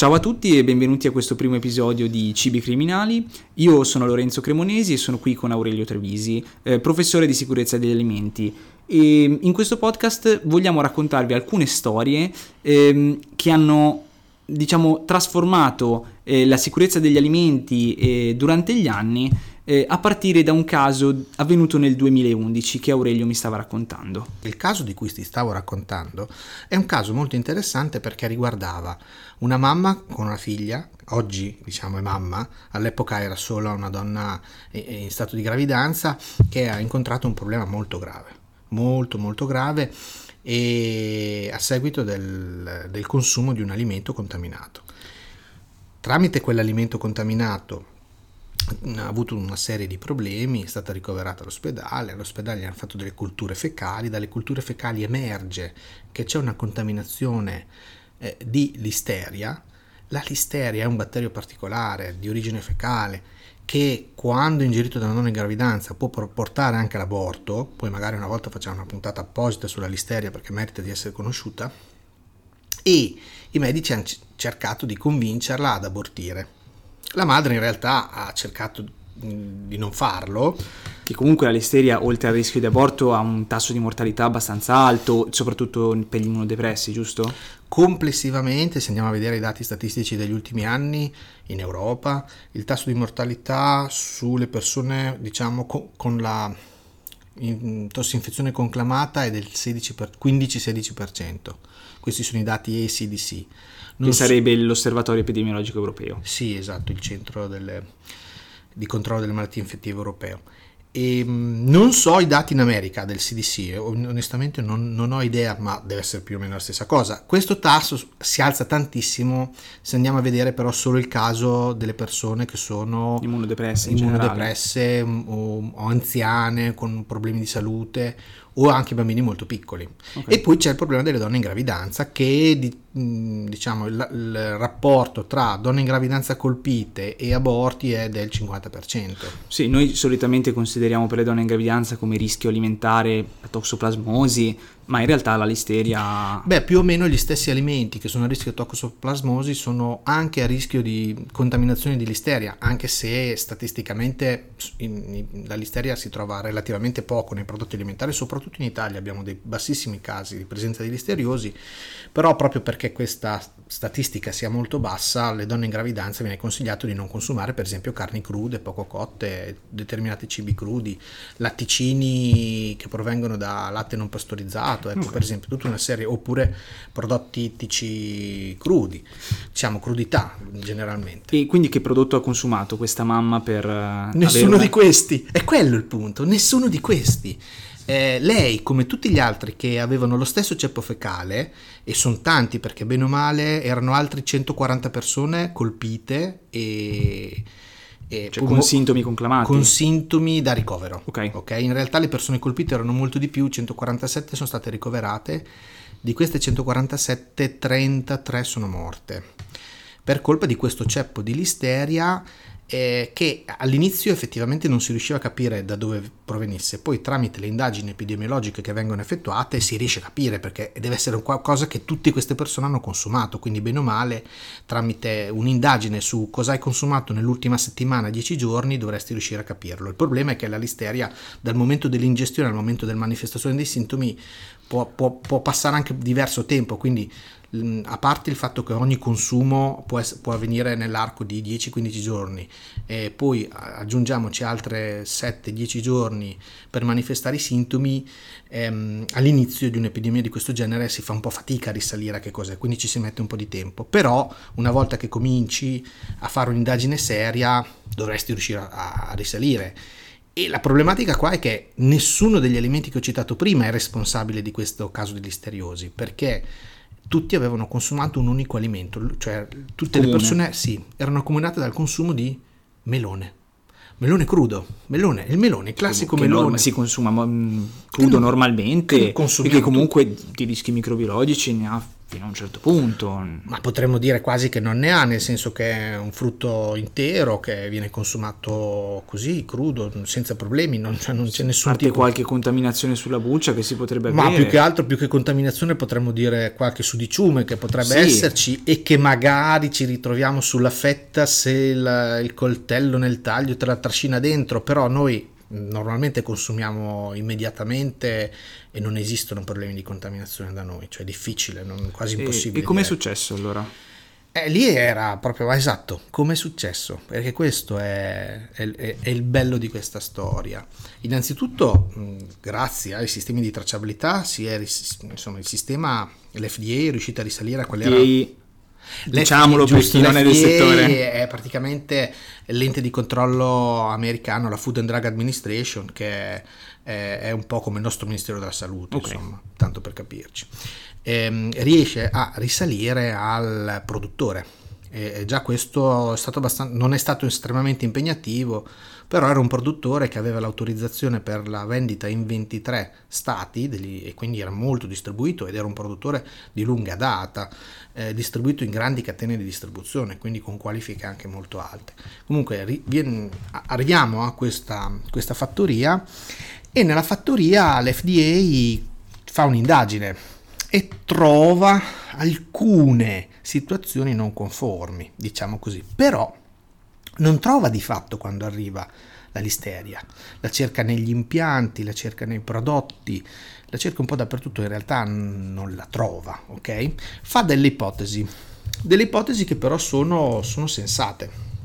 Ciao a tutti e benvenuti a questo primo episodio di Cibi Criminali. Io sono Lorenzo Cremonesi e sono qui con Aurelio Trevisi, professore di sicurezza degli alimenti. E in questo podcast vogliamo raccontarvi alcune storie che hanno, trasformato la sicurezza degli alimenti durante gli anni, a partire da un caso avvenuto nel 2011 che Aurelio mi stava raccontando. Il caso di cui ti stavo raccontando è un caso molto interessante perché riguardava una mamma con una figlia, oggi è mamma, all'epoca era solo una donna in stato di gravidanza, che ha incontrato un problema molto grave, molto grave, e a seguito del consumo di un alimento contaminato. Tramite quell'alimento contaminato ha avuto una serie di problemi, è stata ricoverata all'ospedale gli hanno fatto delle culture fecali, dalle culture fecali emerge che c'è una contaminazione di listeria. La listeria è un batterio particolare di origine fecale che quando ingerito da una donna in gravidanza può portare anche all'aborto. Poi magari una volta facciamo una puntata apposita sulla listeria perché merita di essere conosciuta, e i medici hanno cercato di convincerla ad abortire. La madre in realtà ha cercato di non farlo. Che comunque la listeria, oltre al rischio di aborto, ha un tasso di mortalità abbastanza alto, soprattutto per gli immunodepressi, giusto? Complessivamente, se andiamo a vedere i dati statistici degli ultimi anni in Europa, il tasso di mortalità sulle persone con la tossinfezione conclamata è del 15-16%. Questi sono i dati ECDC. Che sarebbe l'Osservatorio Epidemiologico Europeo. Sì, esatto, il centro di controllo delle malattie infettive europeo. E non so i dati in America del CDC, onestamente non ho idea, ma deve essere più o meno la stessa cosa. Questo tasso si alza tantissimo se andiamo a vedere però solo il caso delle persone che sono immunodepresse o anziane con problemi di salute, o anche bambini molto piccoli. Okay. E poi c'è il problema delle donne in gravidanza, che il rapporto tra donne in gravidanza colpite e aborti è del 50%. Sì, noi solitamente consideriamo per le donne in gravidanza come rischio alimentare la toxoplasmosi, ma in realtà la listeria... più o meno gli stessi alimenti che sono a rischio toxoplasmosi sono anche a rischio di contaminazione di listeria, anche se statisticamente la listeria si trova relativamente poco nei prodotti alimentari, soprattutto in Italia abbiamo dei bassissimi casi di presenza di listeriosi, però proprio perché questa statistica sia molto bassa, alle donne in gravidanza viene consigliato di non consumare per esempio carni crude, poco cotte, determinati cibi crudi, latticini che provengono da latte non pastorizzato, per esempio, tutta una serie, oppure prodotti ittici crudi, crudità generalmente. E quindi che prodotto ha consumato questa mamma per nessuno di questi, è quello il punto, nessuno di questi. Lei, come tutti gli altri che avevano lo stesso ceppo fecale, e sono tanti perché bene o male erano altri 140 persone colpite con sintomi conclamati, con sintomi da ricovero. Ok. In realtà le persone colpite erano molto di più, 147 sono state ricoverate, di queste 147 33 sono morte per colpa di questo ceppo di listeria, che all'inizio effettivamente non si riusciva a capire da dove provenisse. Poi tramite le indagini epidemiologiche che vengono effettuate si riesce a capire, perché deve essere qualcosa che tutte queste persone hanno consumato, quindi bene o male tramite un'indagine su cosa hai consumato nell'ultima settimana, 10 giorni, dovresti riuscire a capirlo. Il problema è che la listeria, dal momento dell'ingestione al momento della manifestazione dei sintomi, può passare anche diverso tempo, quindi a parte il fatto che ogni consumo può avvenire nell'arco di 10-15 giorni, e poi aggiungiamoci altre 7-10 giorni per manifestare i sintomi, all'inizio di un'epidemia di questo genere si fa un po' fatica a risalire a che cos'è, quindi ci si mette un po' di tempo, però una volta che cominci a fare un'indagine seria dovresti riuscire a risalire. E la problematica qua è che nessuno degli alimenti che ho citato prima è responsabile di questo caso di listeriosi, perché tutti avevano consumato un unico alimento, cioè tutte le persone erano accomunate dal consumo di melone crudo, il classico melone. Si consuma crudo normalmente, perché comunque di rischi microbiologici ne ha fino a un certo punto. Ma potremmo dire quasi che non ne ha, nel senso che è un frutto intero che viene consumato così, crudo, senza problemi, non c'è nessun Parte tipo. qualche contaminazione sulla buccia che si potrebbe Ma avere. più che altro, più che contaminazione, potremmo dire qualche sudiciume che potrebbe Sì. esserci, e che magari ci ritroviamo sulla fetta se il coltello nel taglio te la trascina dentro, però noi normalmente consumiamo immediatamente e non esistono problemi di contaminazione da noi, cioè è difficile, quasi impossibile. E com'è direi. successo allora? Lì era proprio esatto, come è successo, perché questo è il bello di questa storia. Innanzitutto, grazie ai sistemi di tracciabilità, insomma, il sistema, l'FDA è riuscita a risalire a quelle FDA, diciamolo per chi non è del l'FDA settore. è praticamente l'ente di controllo americano, la Food and Drug Administration, che è un po' come il nostro Ministero della Salute, Ok. insomma, tanto per capirci. Riesce a risalire al produttore. Già questo è stato non è stato estremamente impegnativo, però era un produttore che aveva l'autorizzazione per la vendita in 23 stati e quindi era molto distribuito, ed era un produttore di lunga data, distribuito in grandi catene di distribuzione, quindi con qualifiche anche molto alte. Comunque arriviamo a questa fattoria, e nella fattoria l'FDA fa un'indagine e trova alcune situazioni non conformi, diciamo così, però non trova di fatto quando arriva la listeria, la cerca negli impianti, la cerca nei prodotti, la cerca un po' dappertutto, in realtà non la trova, ok? Fa delle ipotesi che però sono sensate,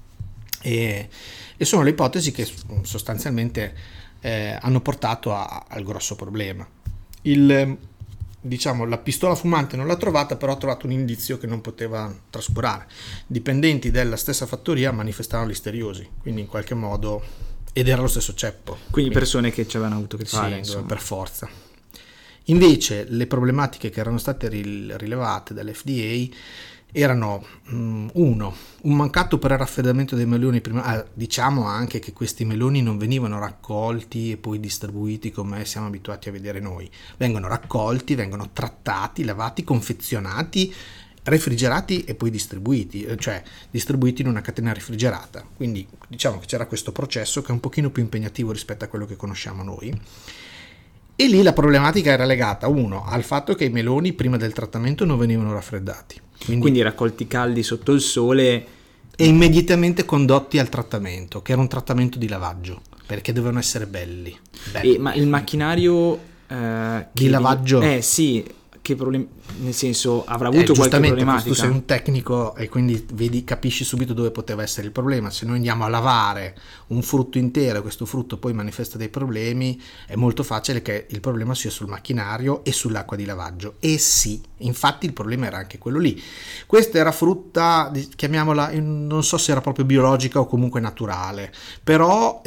e sono le ipotesi che sostanzialmente hanno portato al grosso problema. Diciamo, la pistola fumante non l'ha trovata, però ha trovato un indizio che non poteva trascurare. Dipendenti della stessa fattoria manifestavano listeriosi, quindi in qualche modo, ed era lo stesso ceppo. Quindi persone che ci avevano avuto che fare, Sì, insomma. per forza. Invece le problematiche che erano state rilevate dall'FDA erano un mancato preraffreddamento dei meloni prima. Diciamo anche che questi meloni non venivano raccolti e poi distribuiti come siamo abituati a vedere noi. Vengono raccolti, vengono trattati, lavati, confezionati, refrigerati e poi distribuiti, cioè distribuiti in una catena refrigerata. Quindi diciamo che c'era questo processo che è un pochino più impegnativo rispetto a quello che conosciamo noi. E lì la problematica era legata, al fatto che i meloni prima del trattamento non venivano raffreddati. Quindi raccolti caldi sotto il sole e immediatamente condotti al trattamento, che era un trattamento di lavaggio, perché dovevano essere belli. Ma il macchinario di lavaggio? Sì, che problemi, nel senso, avrà avuto qualche problematica. Tu sei un tecnico e quindi capisci subito dove poteva essere il problema. Se noi andiamo a lavare un frutto intero e questo frutto poi manifesta dei problemi, è molto facile che il problema sia sul macchinario e sull'acqua di lavaggio. E sì, infatti il problema era anche quello lì. Questa era frutta, chiamiamola, non so se era proprio biologica o comunque naturale, però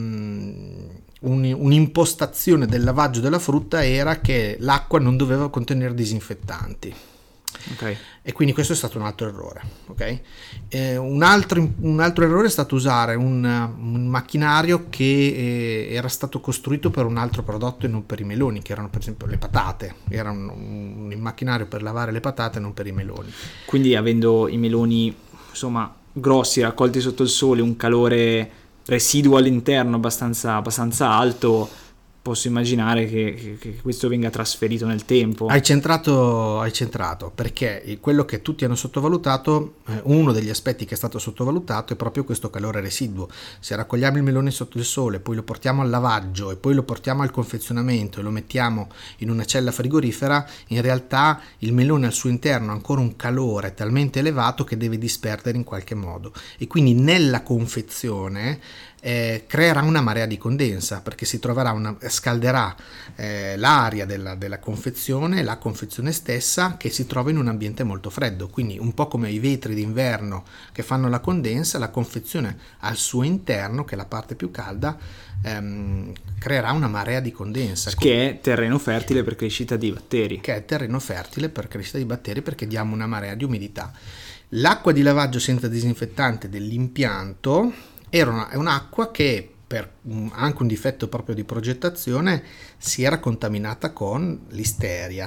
un'impostazione del lavaggio della frutta era che l'acqua non doveva contenere disinfettanti. Okay. E quindi questo è stato un altro errore, ok? Un altro errore è stato usare un macchinario che era stato costruito per un altro prodotto e non per i meloni, che erano per esempio le patate. Era un macchinario per lavare le patate, non per i meloni. Quindi avendo i meloni, insomma, grossi, raccolti sotto il sole, un calore residuo all'interno abbastanza alto, posso immaginare che questo venga trasferito nel tempo. Hai centrato, perché quello che tutti hanno sottovalutato, uno degli aspetti che è stato sottovalutato è proprio questo calore residuo. Se raccogliamo il melone sotto il sole, poi lo portiamo al lavaggio e poi lo portiamo al confezionamento e lo mettiamo in una cella frigorifera, in realtà il melone al suo interno ha ancora un calore talmente elevato che deve disperdere in qualche modo, e quindi nella confezione creerà una marea di condensa, perché scalderà l'aria della confezione, la confezione stessa, che si trova in un ambiente molto freddo. Quindi un po' come i vetri d'inverno che fanno la condensa, la confezione al suo interno, che è la parte più calda, creerà una marea di condensa, che è terreno fertile per crescita di batteri, perché diamo una marea di umidità. L'acqua di lavaggio senza disinfettante dell'impianto è un'acqua che, per anche un difetto proprio di progettazione, si era contaminata con listeria,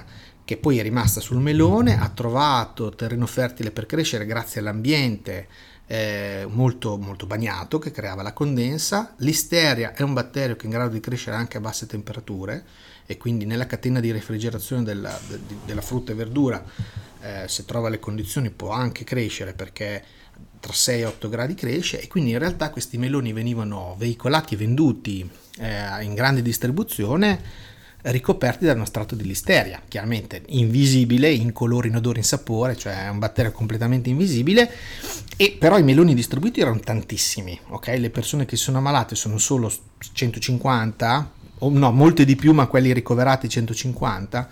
che poi è rimasta sul melone, ha trovato terreno fertile per crescere grazie all'ambiente molto, molto bagnato che creava la condensa. Listeria è un batterio che è in grado di crescere anche a basse temperature, e quindi nella catena di refrigerazione della frutta e verdura, se trova le condizioni, può anche crescere, perché tra 6 e 8 gradi cresce. E quindi in realtà questi meloni venivano veicolati e venduti in grande distribuzione, ricoperti da uno strato di listeria, chiaramente invisibile, incolore, inodore, insapore, cioè è un batterio completamente invisibile. E però i meloni distribuiti erano tantissimi, ok? Le persone che sono ammalate sono solo 150, o no, molte di più, ma quelli ricoverati 150.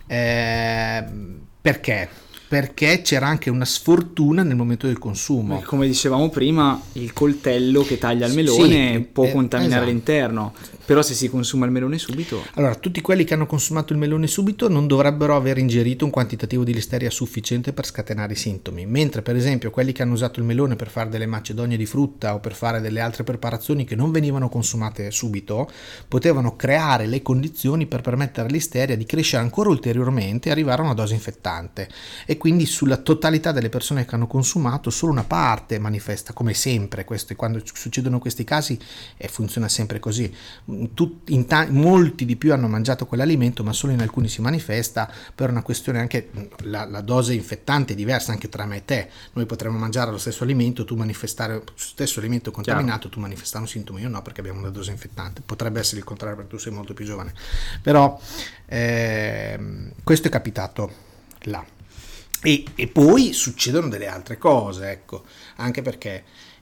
Perché? Perché c'era anche una sfortuna nel momento del consumo. Come dicevamo prima, il coltello che taglia il melone può contaminare l'interno, però se si consuma il melone subito... Allora, tutti quelli che hanno consumato il melone subito non dovrebbero aver ingerito un quantitativo di listeria sufficiente per scatenare i sintomi, mentre per esempio quelli che hanno usato il melone per fare delle macedonie di frutta o per fare delle altre preparazioni che non venivano consumate subito, potevano creare le condizioni per permettere all'isteria di crescere ancora ulteriormente e arrivare a una dose infettante. E quindi sulla totalità delle persone che hanno consumato solo una parte manifesta, come sempre. Questo, quando succedono questi casi funziona sempre così. Molti di più hanno mangiato quell'alimento, ma solo in alcuni si manifesta, per una questione anche la dose infettante è diversa anche tra me e te. Noi potremmo mangiare lo stesso alimento, tu manifestare lo stesso alimento contaminato, chiaro, tu manifestare un sintomo, io no, perché abbiamo una dose infettante. Potrebbe essere il contrario perché tu sei molto più giovane, però questo è capitato là. E poi succedono delle altre cose, ecco, anche perché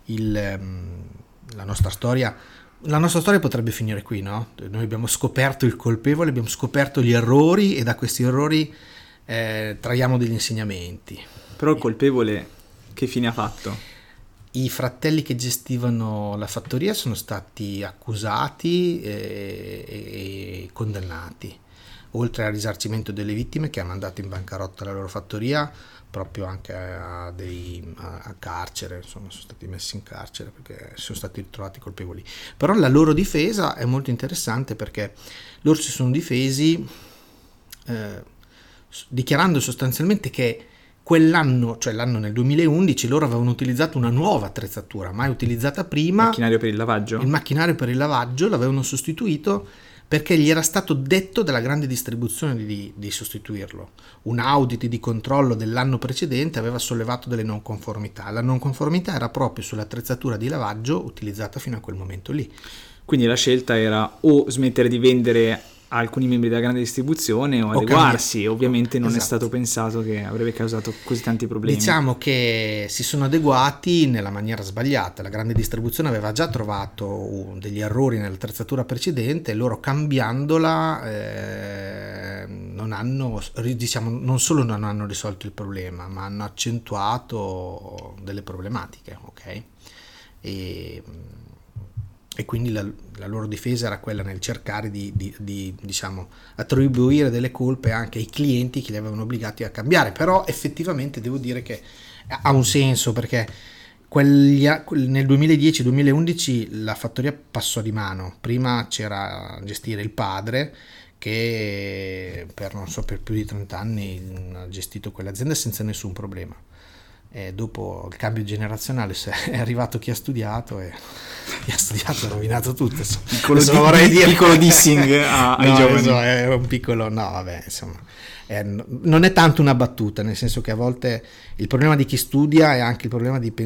la nostra storia potrebbe finire qui, no? Noi abbiamo scoperto il colpevole, abbiamo scoperto gli errori, e da questi errori traiamo degli insegnamenti. Però il colpevole che fine ha fatto? I fratelli che gestivano la fattoria sono stati accusati e condannati, oltre al risarcimento delle vittime, che ha mandato in bancarotta la loro fattoria, proprio anche a carcere, insomma sono stati messi in carcere perché sono stati trovati colpevoli. Però la loro difesa è molto interessante, perché loro si sono difesi dichiarando sostanzialmente che quell'anno, cioè l'anno nel 2011, loro avevano utilizzato una nuova attrezzatura mai utilizzata prima. Il macchinario per il lavaggio? Il macchinario per il lavaggio l'avevano sostituito perché gli era stato detto dalla grande distribuzione di sostituirlo. Un audit di controllo dell'anno precedente aveva sollevato delle non conformità. La non conformità era proprio sull'attrezzatura di lavaggio utilizzata fino a quel momento lì. Quindi la scelta era o smettere di vendere a alcuni membri della grande distribuzione o adeguarsi. Ovviamente non è stato pensato che avrebbe causato così tanti problemi. Diciamo che si sono adeguati nella maniera sbagliata. La grande distribuzione aveva già trovato degli errori nell'attrezzatura precedente, e loro cambiandola non solo non hanno risolto il problema, ma hanno accentuato delle problematiche, ok? E quindi la loro difesa era quella nel cercare di diciamo attribuire delle colpe anche ai clienti che li avevano obbligati a cambiare. Però effettivamente devo dire che ha un senso, perché nel 2010-2011 la fattoria passò di mano. Prima c'era a gestire il padre, che per più di 30 anni ha gestito quell'azienda senza nessun problema. E dopo il cambio generazionale è arrivato chi ha studiato, e chi ha studiato ha rovinato tutto. Piccolo dissing ai giovani. È un piccolo, no vabbè, insomma, non è tanto una battuta, nel senso che a volte il problema di chi studia è anche il problema di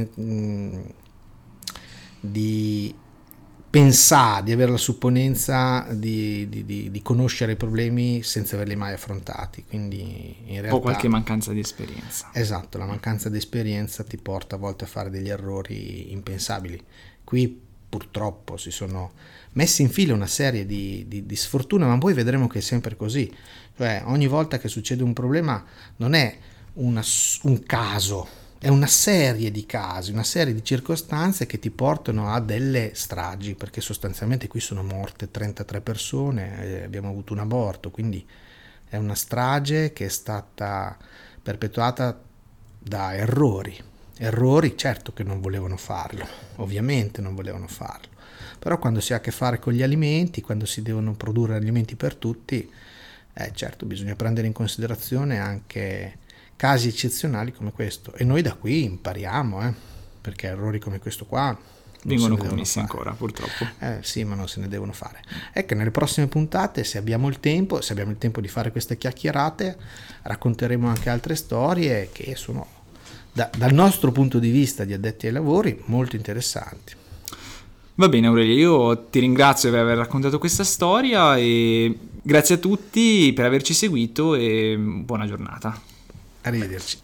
pensare, di avere la supponenza di conoscere i problemi senza averli mai affrontati, quindi in realtà o qualche mancanza di esperienza. Esatto, la mancanza di esperienza ti porta a volte a fare degli errori impensabili. Qui purtroppo si sono messi in fila una serie di sfortune, ma poi vedremo che è sempre così, cioè ogni volta che succede un problema non è un caso, è una serie di casi, una serie di circostanze che ti portano a delle stragi, perché sostanzialmente qui sono morte 33 persone, abbiamo avuto un aborto, quindi è una strage che è stata perpetuata da errori, certo che non volevano farlo, ovviamente non volevano farlo, però quando si ha a che fare con gli alimenti, quando si devono produrre alimenti per tutti, Certo, bisogna prendere in considerazione anche casi eccezionali come questo, e noi da qui impariamo, perché errori come questo qua vengono commessi ancora, purtroppo. Sì, ma non se ne devono fare. Ecco, nelle prossime puntate, se abbiamo il tempo di fare queste chiacchierate, racconteremo anche altre storie che sono, dal nostro punto di vista di addetti ai lavori, molto interessanti. Va bene Aurelio, io ti ringrazio per aver raccontato questa storia e grazie a tutti per averci seguito e buona giornata. Arrivederci.